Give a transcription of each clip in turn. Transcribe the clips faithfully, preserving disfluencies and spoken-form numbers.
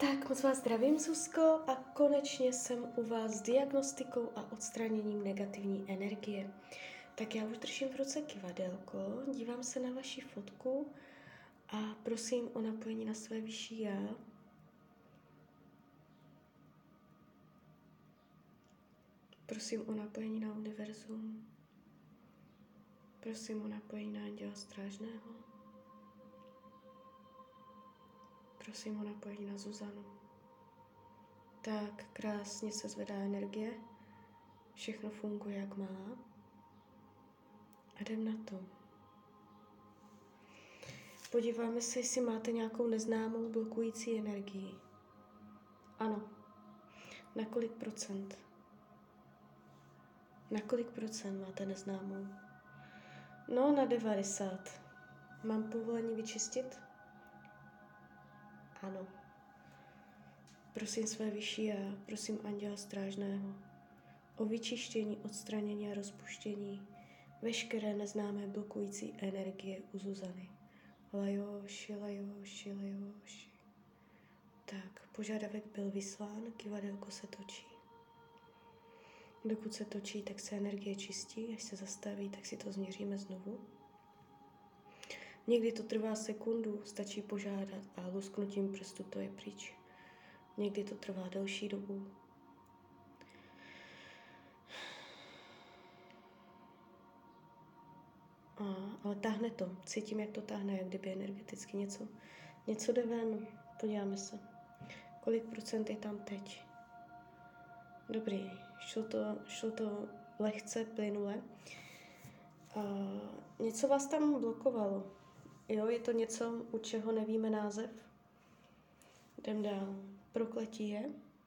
Tak moc vás zdravím, Zuzko, a konečně jsem u vás s diagnostikou a odstraněním negativní energie. Tak já už držím v ruce kivadelko, dívám se na vaši fotku a prosím o napojení na své vyšší já. Prosím o napojení na univerzum. Prosím o napojení na anděla strážného. Prosím o napojení na Zuzanu. Tak krásně se zvedá energie. Všechno funguje, jak má. A jdem na to. Podíváme se, jestli máte nějakou neznámou blokující energii. Ano. Na kolik procent? Na kolik procent máte neznámou? No, na devadesát. Mám povolení vyčistit? Ano. Prosím své vyšší já, prosím anděla strážného o vyčištění, odstranění a rozpuštění veškeré neznámé blokující energie u Zuzany. Lajoši, lajoši, lajoši. Tak, požadavek byl vyslán, kivadelko se točí. Dokud se točí, tak se energie čistí, až se zastaví, tak si to změříme znovu. Někdy to trvá sekundu, stačí požádat a lusknutím prstu to je pryč. Někdy to trvá delší dobu. A, ale táhne to. Cítím, jak to táhne, jak kdyby energeticky něco, něco jde ven. Podíváme se. Kolik procent je tam teď? Dobrý. Šlo to, šlo to lehce, plynule. A něco vás tam blokovalo. Jo, je to něco, u čeho nevíme název. Jdem dál. Prokletí je.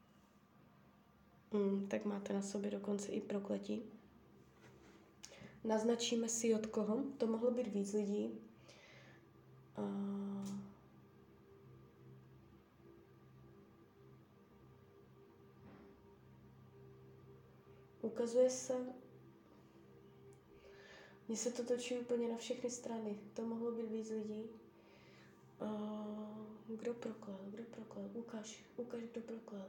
Hmm, tak máte na sobě dokonce i prokletí. Naznačíme si od koho. To mohlo být víc lidí. Uh... Ukazuje se, mně se to točí úplně na všechny strany. To mohlo být víc lidí. Uh... Kdo proklel? Kdo proklel? Ukaž. Ukaž, kdo proklel.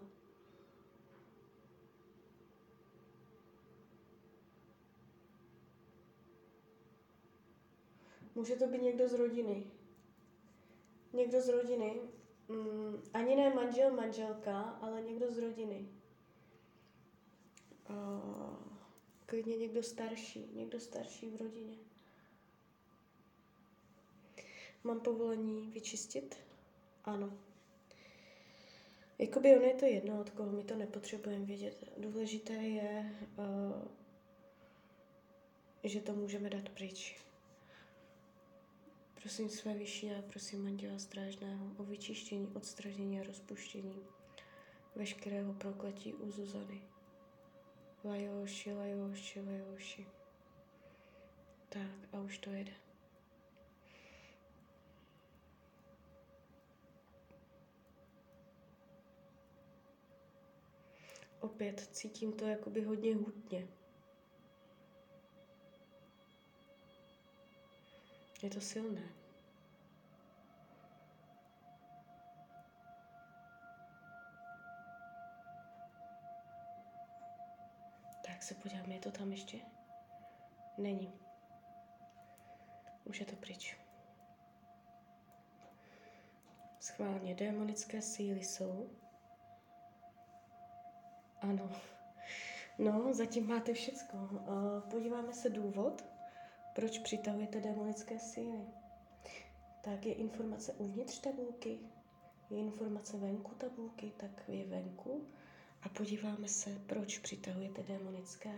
Může to být někdo z rodiny. Někdo z rodiny. Mm, ani ne manžel, manželka, ale někdo z rodiny. Uh, klidně někdo starší. Někdo starší v rodině. Mám povolení vyčistit? Ano. Jakoby ono je to jedno, od koho my to nepotřebujeme vědět. Důležité je, uh, že to můžeme dát pryč. Prosím své vyšší a prosím anděla strážného o vyčištění, odstranění a rozpuštění veškerého prokletí u Zuzany. Lajoši, lajoši, lajoši. Tak a už to jede. Opět cítím to jakoby hodně hutně. Je to silné. Tak se podíváme, je to tam ještě? Není. Už je to pryč. Schválně, démonické síly jsou. Ano. No, zatím máte všecko. Podíváme se důvod, proč přitahujete démonické síly. Tak je informace uvnitř tabulky, je informace venku tabulky, tak je venku. A podíváme se, proč přitahujete démonické.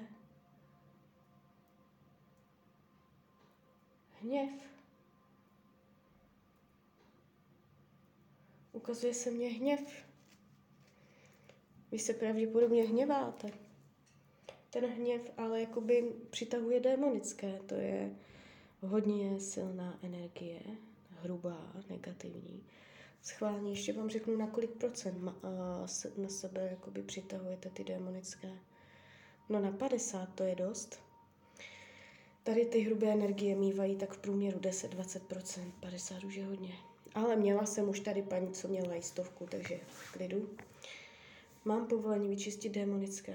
Hněv. Ukazuje se mně hněv. Vy se pravděpodobně hněváte. Ten hněv ale jakoby přitahuje démonické. To je hodně silná energie, hrubá, negativní. Schválně ještě vám řeknu, na kolik procent na sebe jakoby přitahujete ty démonické. No na padesát, to je dost. Tady ty hrubé energie mývají tak v průměru deset až dvacet procent, padesát už je hodně. Ale měla jsem už tady paní, co měla jistovku, takže v klidu. Mám povolení vyčistit démonické.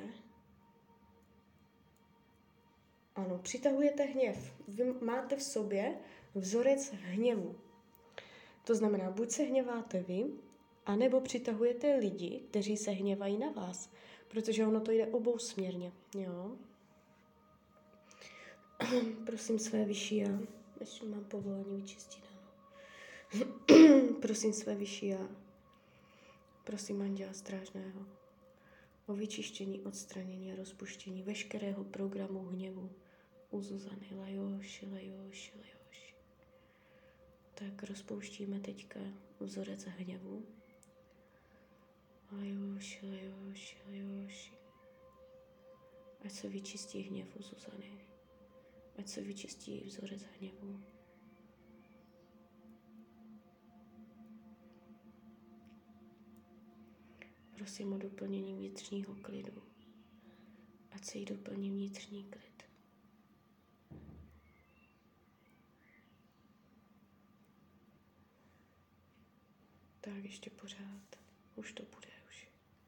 Ano, přitahujete hněv. Vy máte v sobě vzorec hněvu. To znamená, buď se hněváte vy, anebo přitahujete lidi, kteří se hněvají na vás. Protože ono to jde obousměrně. Jo? Prosím své vyšší já. Ještě mám povolení vyčistit. Prosím své vyšší já. Prosím anděla strážného o vyčištění, odstranění a rozpuštění veškerého programu hněvu u Zuzany. Lajoši, lajoši, lajoši. Tak rozpouštíme teďka vzorec hněvu. Lajoši, lajoši, lajoši. Ať se vyčistí hněv u Zuzany. Ať se vyčistí vzorec hněvu. Prosím o doplnění vnitřního klidu. Ať se jí doplní vnitřní klid. Tak ještě pořád. Už to bude, už.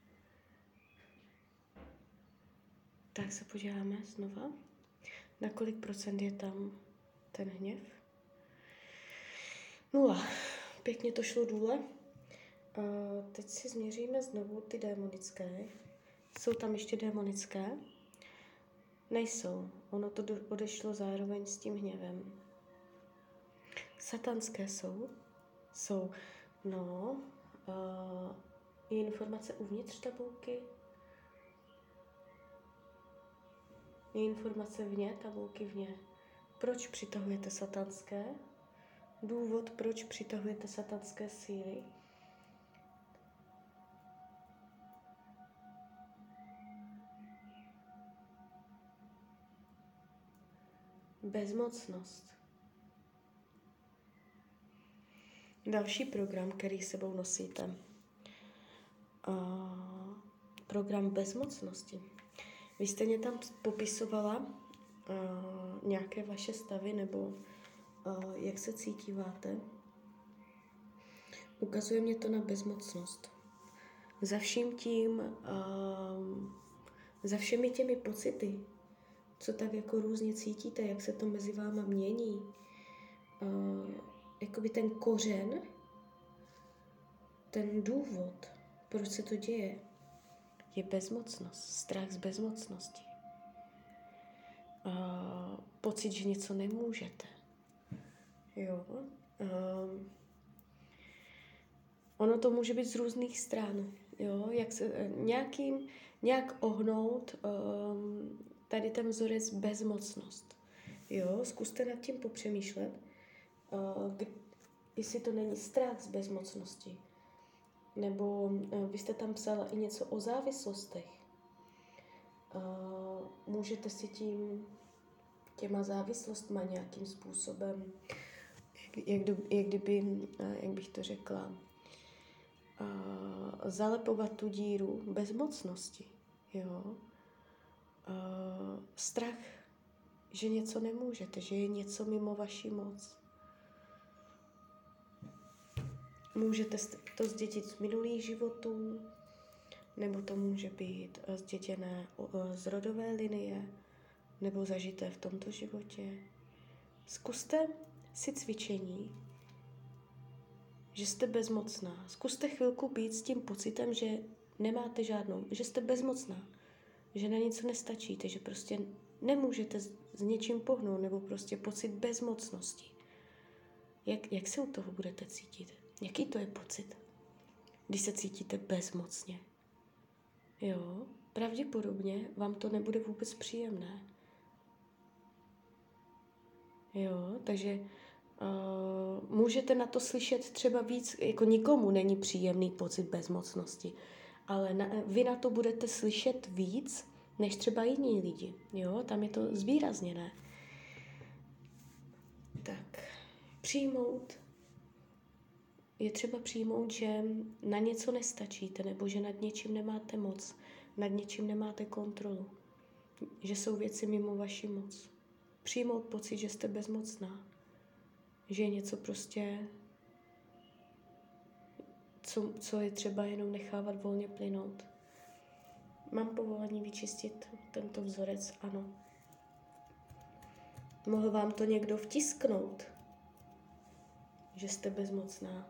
Tak se podíváme znova. Na kolik procent je tam ten hněv? Nula. Pěkně to šlo důle. Uh, teď si změříme znovu ty démonické. Jsou tam ještě démonické? Nejsou. Ono to do, odešlo zároveň s tím hněvem. Satanské jsou? Jsou. No. Uh, je informace uvnitř tabulky? Je informace vně tabulky vně. Proč přitahujete satanské? Důvod, proč přitahujete satanské síly? Bezmocnost. Další program, který sebou nosíte. Uh, program bezmocnosti. Vy jste mě tam popisovala uh, nějaké vaše stavy nebo uh, jak se cítíváte. Ukazuje mě to na bezmocnost. Za vším tím, uh, za všemi těmi pocity, co tak jako různě cítíte, jak se to mezi váma mění. Uh, jakoby ten kořen, ten důvod, proč se to děje, je bezmocnost, strach z bezmocnosti. Uh, pocit, že něco nemůžete. Jo. Uh, ono to může být z různých stran. Jo. Jak se, nějakým, nějak ohnout um, tady ten vzorec bezmocnost. Jo. Zkuste nad tím popřemýšlet, uh, k, jestli to není strach z bezmocnosti. Nebo uh, vy jste tam psala i něco o závislostech. Uh, můžete si tím, těma závislostma nějakým způsobem, jak, jak, do, jak kdyby, uh, jak bych to řekla, uh, zalepovat tu díru bezmocnosti. Jo? Uh, strach, že něco nemůžete, že je něco mimo vaši moc. Můžete to zdědit z minulých životů, nebo to může být zděděné z rodové linie, nebo zažité v tomto životě. Zkuste si cvičení, že jste bezmocná. Zkuste chvilku být s tím pocitem, že nemáte žádnou, že jste bezmocná, že na něco nestačíte, že prostě nemůžete s, s něčím pohnout, nebo prostě pocit bezmocnosti. Jak, jak se u toho budete cítit? Jaký to je pocit, když se cítíte bezmocně? Jo, pravděpodobně vám to nebude vůbec příjemné. Jo, takže uh, můžete na to slyšet třeba víc, jako nikomu není příjemný pocit bezmocnosti, ale na, vy na to budete slyšet víc, než třeba jiní lidi. Jo, tam je to zvýrazněné. Tak, přijmout. Je třeba přijmout, že na něco nestačíte, nebo že nad něčím nemáte moc, nad něčím nemáte kontrolu, že jsou věci mimo vaši moc. Přijmout pocit, že jste bezmocná, že je něco prostě co, co je třeba jenom nechávat volně plynout. Mám povolení vyčistit tento vzorec? Ano. Mohl vám to někdo vtisknout, že jste bezmocná?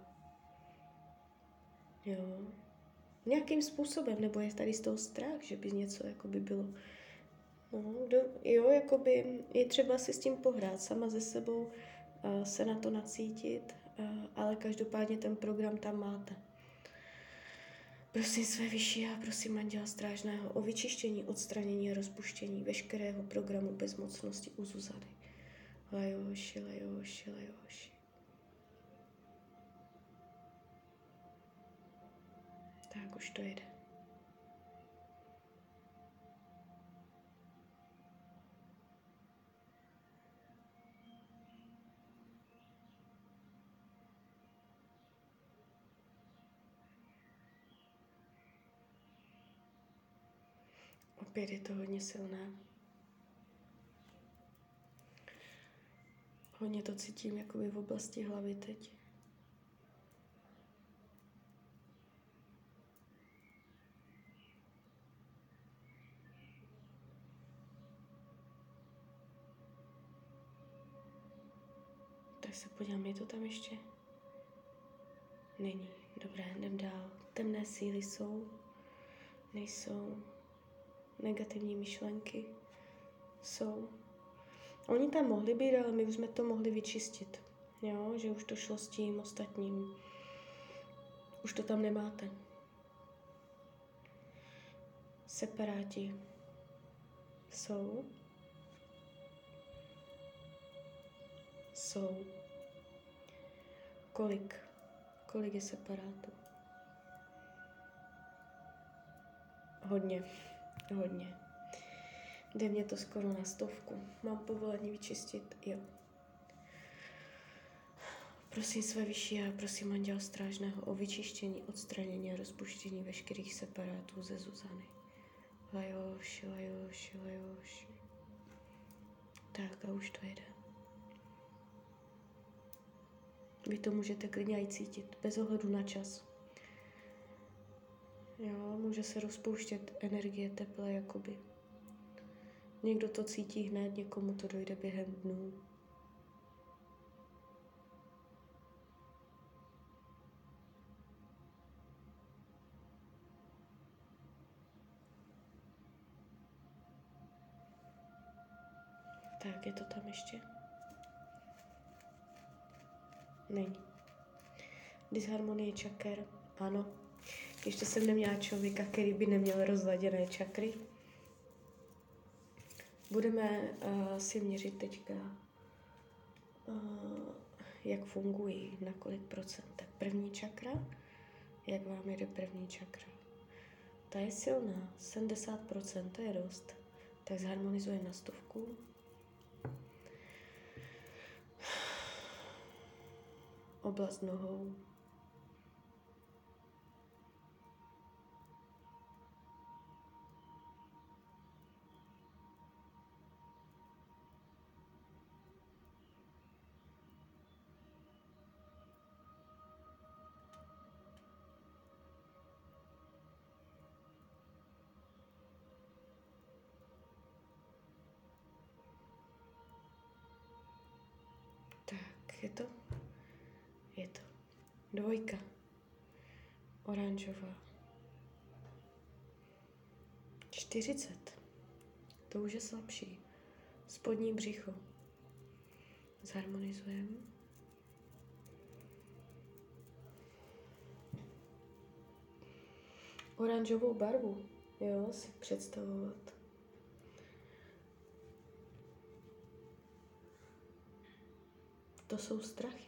Jo. Nějakým způsobem, nebo je tady z toho strach, že by něco jakoby bylo. No, do, jo, jakoby je třeba si s tím pohrát, sama ze sebou uh, se na to nacítit, uh, ale každopádně ten program tam máte. Prosím své vyšší a prosím Anděla Strážného o vyčištění, odstranění a rozpuštění veškerého programu bezmocnosti u Zuzany. Lajoši, lajoši, lajoši. Tak už to jede. Opět je to hodně silné. Hodně to cítím jakoby v oblasti hlavy teď. Tak se podívám, je to tam ještě? Není. Dobré, jdem dál. Temné síly jsou, nejsou. Negativní myšlenky jsou. Oni tam mohli být, ale my už jsme to mohli vyčistit. Jo, že už to šlo s tím ostatním. Už to tam nemáte. Separáti jsou. Jsou. Kolik? Kolik je separátů? Hodně. Hodně. Jde mě to skoro na stovku. Mám povolení vyčistit? Jo. Prosím své vyšší a prosím Anděla Strážného o vyčištění, odstranění a rozpuštění veškerých separátů ze Zuzany. Lajoši, lajoši, lajoši. Tak a už to jede. Vy to můžete klidně i cítit, bez ohledu na čas. Jo, může se rozpouštět energie teple, jakoby. Někdo to cítí hned, někomu to dojde během dnů. Tak, je to tam ještě? Není. Disharmonie čaker? Ano. Ještě jsem neměla člověka, který by neměl rozladěné čakry. Budeme uh, si měřit teďka, uh, jak fungují, na kolik procent. Tak první čakra, jak vám jede první čakra. Ta je silná, sedmdesát procent, to je dost. Tak zharmonizuje na stovku. Oblast nohou. Tak, je to? Je to. Dvojka. Oranžová. čtyřicet. To už je slabší. Spodní břicho. Zharmonizujeme. Oranžovou barvu, jo, si představovat. To jsou strachy.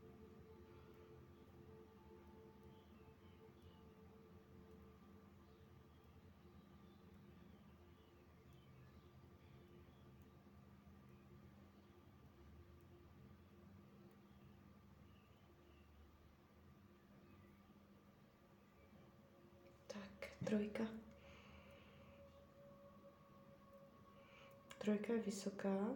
Tak, trojka. Trojka je vysoká.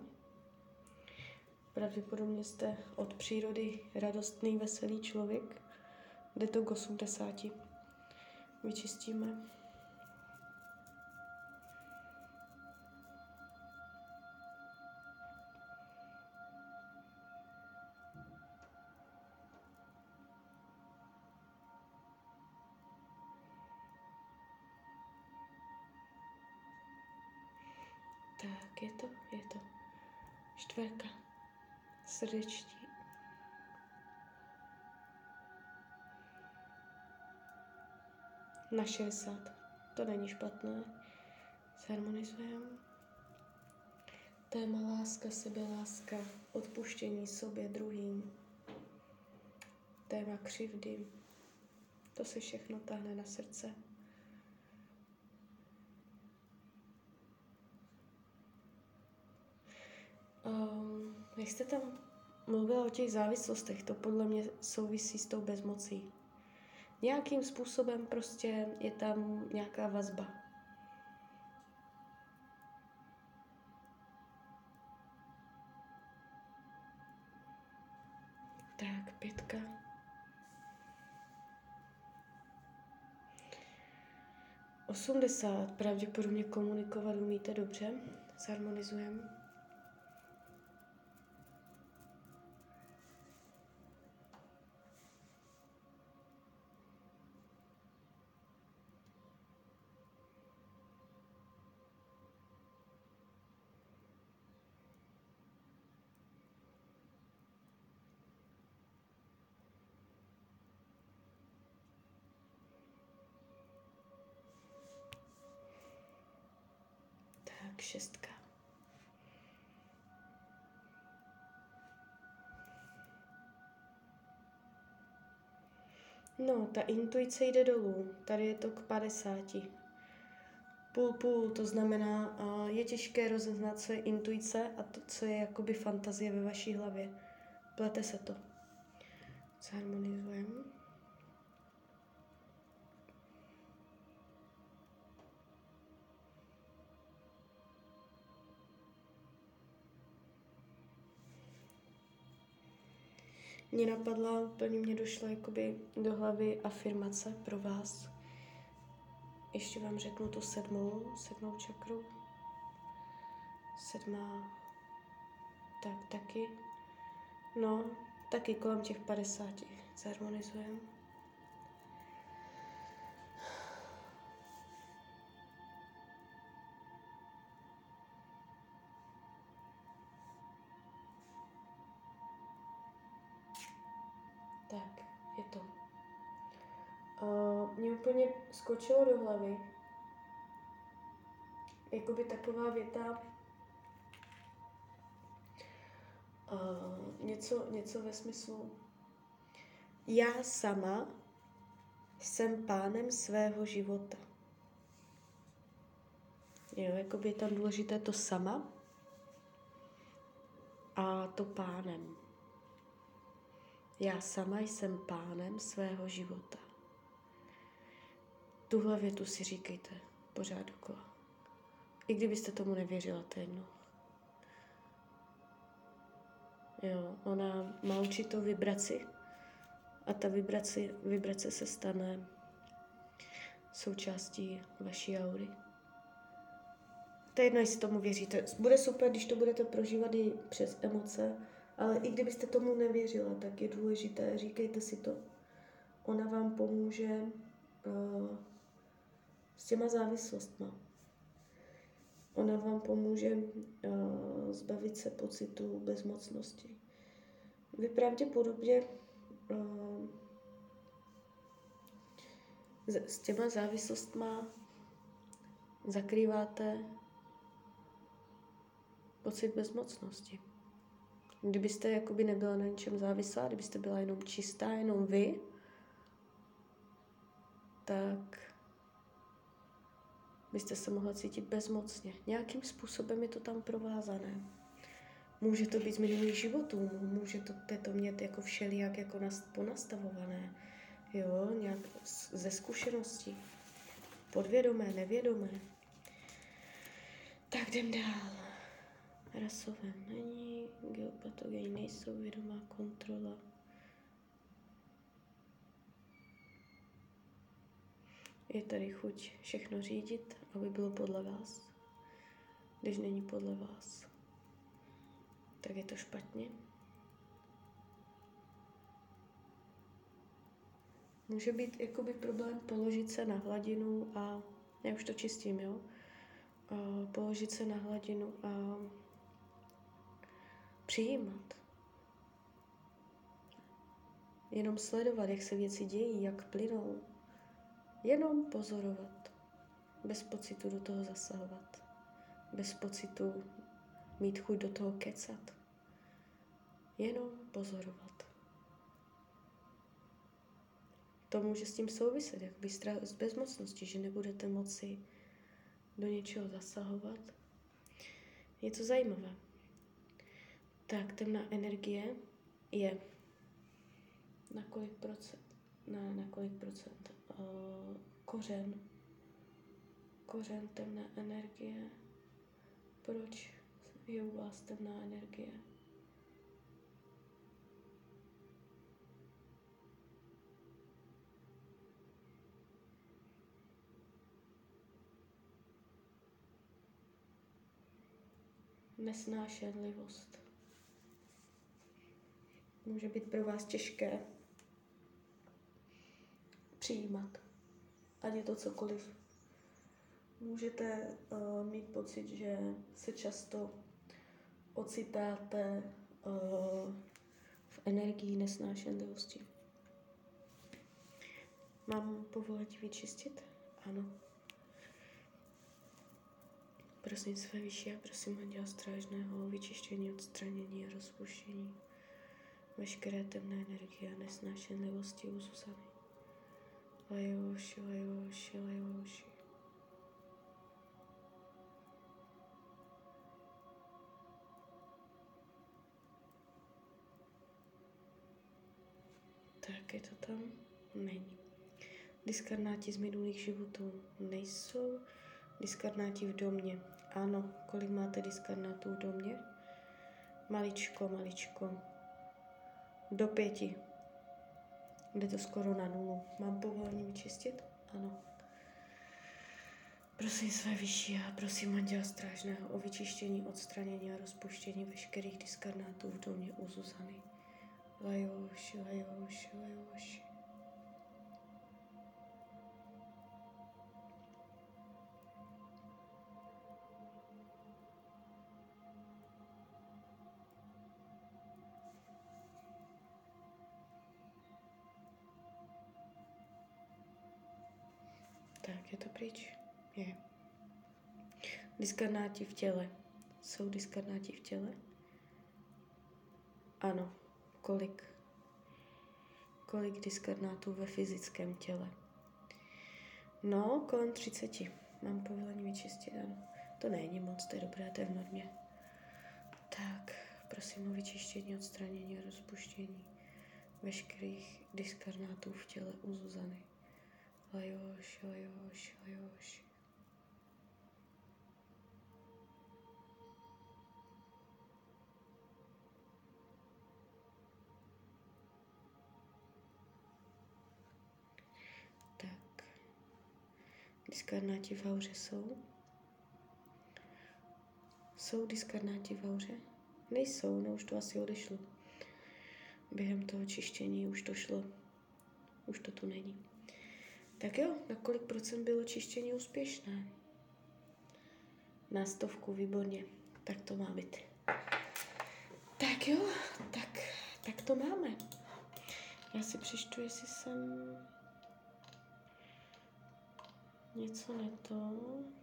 Pravděpodobně jste od přírody radostný, veselý člověk. Jde to k osmdesáti. Vyčistíme. Tak, je to, je to. Čtverka. Srdečtí. Na šedesát. To není špatné. Zharmonizujeme. Téma láska, sebeláska, odpuštění sobě, druhým. Téma křivdy. To se všechno táhne na srdce. Um, jak jste tam mluvila o těch závislostech, to podle mě souvisí s tou bezmocí. Nějakým způsobem prostě je tam nějaká vazba. Tak, pětka. osmdesát. Pravděpodobně komunikovat umíte dobře. Zharmonizujeme. Tak, šestka. No, ta intuice jde dolů. Tady je to k padesáti. Půl půl, to znamená, uh, je těžké rozeznat, co je intuice a to, co je jakoby fantazie ve vaší hlavě. Plete se to. Zharmonizujeme. Mně napadla, úplně mě došla jakoby do hlavy afirmace pro vás. Ještě vám řeknu tu sedmou, sedmou čakru. Sedmá, tak taky. No, taky kolem těch padesáti. Zharmonizujeme. Tak, je to. Uh, mě úplně skočilo do hlavy jakoby taková věta, uh, něco, něco ve smyslu já sama jsem pánem svého života. Jo, jakoby je tam důležité to sama a to pánem. Já sama jsem pánem svého života. Tuhle větu si říkejte pořád dokola. I kdybyste tomu nevěřila, to je jedno. Jo, ona má určitou vibraci a ta vibrace, vibrace se stane součástí vaší aury. To je jedno, jestli tomu věříte. Bude super, když to budete prožívat i přes emoce, ale i kdybyste tomu nevěřila, tak je důležité, říkejte si to. Ona vám pomůže uh, s těma závislostma. Ona vám pomůže uh, zbavit se pocitu bezmocnosti. Vy pravděpodobně uh, s těma závislostma zakrýváte pocit bezmocnosti. Kdybyste jakoby nebyla na ničem závislá, kdybyste byla jenom čistá, jenom vy, tak byste se mohla cítit bezmocně. Nějakým způsobem je to tam provázané. Může to být z minulých životů, může to, to mít jako všelijak jako ponastavované, jo, nějak ze zkušeností. Podvědomé, nevědomé. Tak jdem dál. Rasové není, geopatogeny nejsou, vědomá kontrola. Je tady chuť všechno řídit, aby bylo podle vás. Když není podle vás, tak je to špatně. Může být jakoby problém položit se na hladinu a, já už to čistím, jo, a položit se na hladinu a přijímat. Jenom sledovat, jak se věci dějí, jak plynou. Jenom pozorovat. Bez pocitu do toho zasahovat. Bez pocitu mít chuť do toho kecat. Jenom pozorovat. To může s tím souviset, jakoby z bezmocnosti, že nebudete moci do něčeho zasahovat. Je to zajímavé. Tak, temná energie je na kolik procent? Na, na kolik procent? Uh, kořen. Kořen temné energie. Proč je u vás temná energie? Nesnášenlivost. Může být pro vás těžké přijímat. Ať je to cokoliv. Můžete uh, mít pocit, že se často ocitáte uh, v energii nesnášenlivosti. Mám povolení vyčistit? Ano. Prosím své vyšší a prosím Anděla Strážného o vyčištění, odstranění a rozpuštění veškeré temné energie a nesnášenlivosti u Zuzany. Lajoši, lajoši, lajoši. Tak, je to tam? Není. Diskarnáti z minulých životů nejsou. Diskarnáti v domě. Ano, kolik máte diskarnátů v domě? Maličko, maličko. Do pěti. Jde to skoro na nulu. Mám povolení vyčistit? Ano. Prosím své vyšší a prosím Anděla Strážného o vyčištění, odstranění a rozpuštění veškerých diskarnátů v domě u Zuzany. Lajoši, lajoši, lajoši. Tak, je to pryč? Je. Diskarnáti v těle. Jsou diskarnáti v těle? Ano. Kolik? Kolik diskarnátů ve fyzickém těle? No, kolem třiceti. Mám povolení vyčistit, ano. To není moc, to je dobré, to je v normě. Tak, prosím o vyčištění, odstranění a rozpuštění veškerých diskarnátů v těle u Zuzany. Lajoš, lajoš, lajoš. Tak. Diskarnáti v auře jsou? Jsou diskarnáti v auře? Nejsou, no už to asi odešlo. Během toho čištění už to šlo. Už to tu není. Tak jo, na kolik procent bylo čištění úspěšné? Na stovku, výborně. Tak to má být. Tak jo, tak, tak to máme. Já si přečtu, jestli jsem něco neto.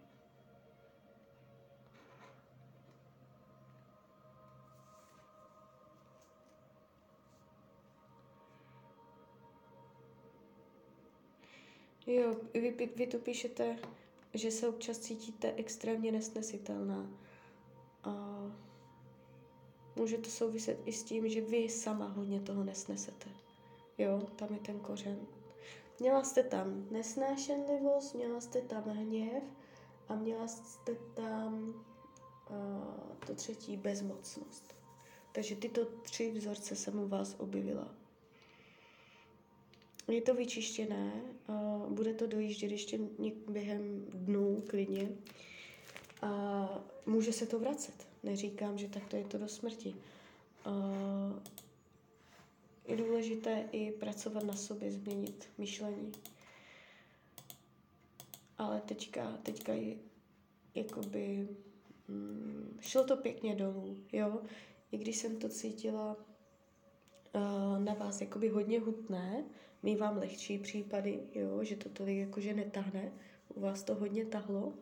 Jo, vy, vy tu píšete, že se občas cítíte extrémně nesnesitelná. A může to souviset i s tím, že vy sama hodně toho nesnesete. Jo, tam je ten kořen. Měla jste tam nesnášenlivost, měla jste tam hněv a měla jste tam uh, to třetí bezmocnost. Takže tyto tři vzorce jsem u vás objevila. je to vyčištěné, uh, bude to dojíždět ještě něk- během dnů klidně a může se to vracet. Neříkám, že takto je to do smrti. Uh, je důležité i pracovat na sobě, změnit myšlení. Ale teďka, teďka je, jakoby, mm, šlo to pěkně dolů, jo. I když jsem to cítila uh, na vás jakoby hodně hutné, mívám lehčí případy, jo, že to tolik jakože netahne, u vás to hodně tahlo, uh,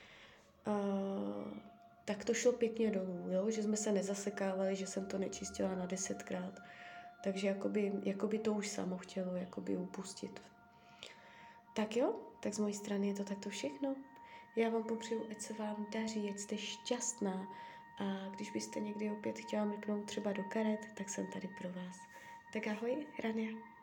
tak to šlo pěkně dolů, jo, že jsme se nezasekávali, že jsem to nečistila na desetkrát, takže jakoby, jakoby to už samo chtělo jakoby upustit. Tak jo, tak z mojí strany je to takto všechno. Já vám popřeju, ať se vám daří, ať jste šťastná a když byste někdy opět chtěla mrknout třeba do karet, tak jsem tady pro vás. Tak ahoj, Rania.